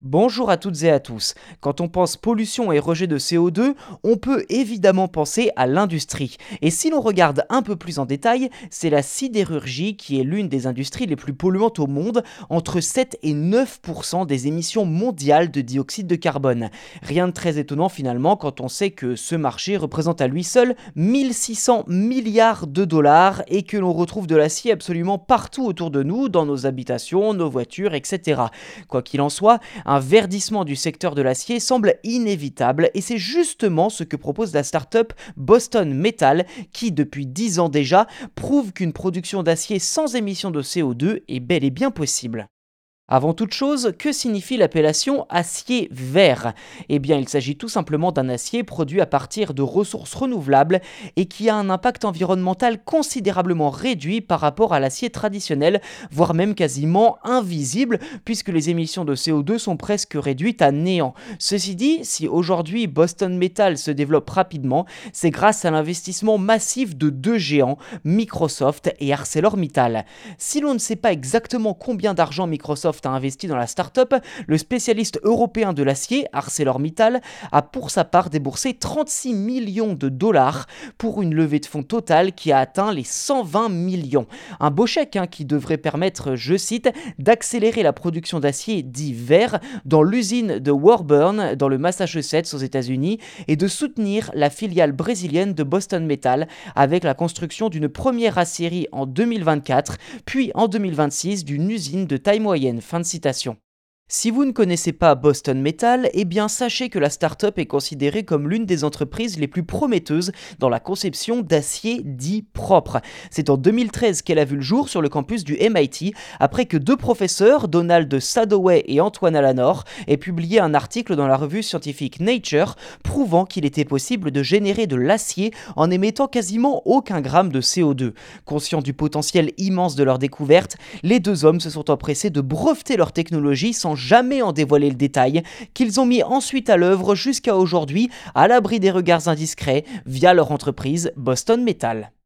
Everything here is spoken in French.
Bonjour à toutes et à tous. Quand on pense pollution et rejet de CO2, on peut évidemment penser à l'industrie. Et si l'on regarde un peu plus en détail, c'est la sidérurgie qui est l'une des industries les plus polluantes au monde, entre 7 et 9% des émissions mondiales de dioxyde de carbone. Rien de très étonnant finalement quand on sait que ce marché représente à lui seul 1600 milliards de dollars et que l'on retrouve de l'acier absolument partout autour de nous, dans nos habitations, nos voitures, etc. Quoi qu'il en soit, un verdissement du secteur de l'acier semble inévitable et c'est justement ce que propose la start-up Boston Metal qui, depuis 10 ans déjà, prouve qu'une production d'acier sans émission de CO2 est bel et bien possible. Avant toute chose, que signifie l'appellation acier vert? Eh bien, il s'agit tout simplement d'un acier produit à partir de ressources renouvelables et qui a un impact environnemental considérablement réduit par rapport à l'acier traditionnel, voire même quasiment invisible, puisque les émissions de CO2 sont presque réduites à néant. Ceci dit, si aujourd'hui Boston Metal se développe rapidement, c'est grâce à l'investissement massif de deux géants, Microsoft et ArcelorMittal. Si l'on ne sait pas exactement combien d'argent Microsoft a investi dans la start-up, le spécialiste européen de l'acier, ArcelorMittal, a pour sa part déboursé 36 millions de dollars pour une levée de fonds totale qui a atteint les 120 millions. Un beau chèque qui devrait permettre, je cite, d'accélérer la production d'acier dit vert dans l'usine de Warburn dans le Massachusetts aux États-Unis et de soutenir la filiale brésilienne de Boston Metal avec la construction d'une première aciérie en 2024, puis en 2026 d'une usine de taille moyenne. Fin de citation. Si vous ne connaissez pas Boston Metal, eh bien sachez que la start-up est considérée comme l'une des entreprises les plus prometteuses dans la conception d'acier dit propre. C'est en 2013 qu'elle a vu le jour sur le campus du MIT, après que deux professeurs, Donald Sadoway et Antoine Alanor, aient publié un article dans la revue scientifique Nature prouvant qu'il était possible de générer de l'acier en émettant quasiment aucun gramme de CO2. Conscients du potentiel immense de leur découverte, les deux hommes se sont empressés de breveter leur technologie sans jamais en dévoiler le détail, qu'ils ont mis ensuite à l'œuvre jusqu'à aujourd'hui, à l'abri des regards indiscrets, via leur entreprise Boston Metal.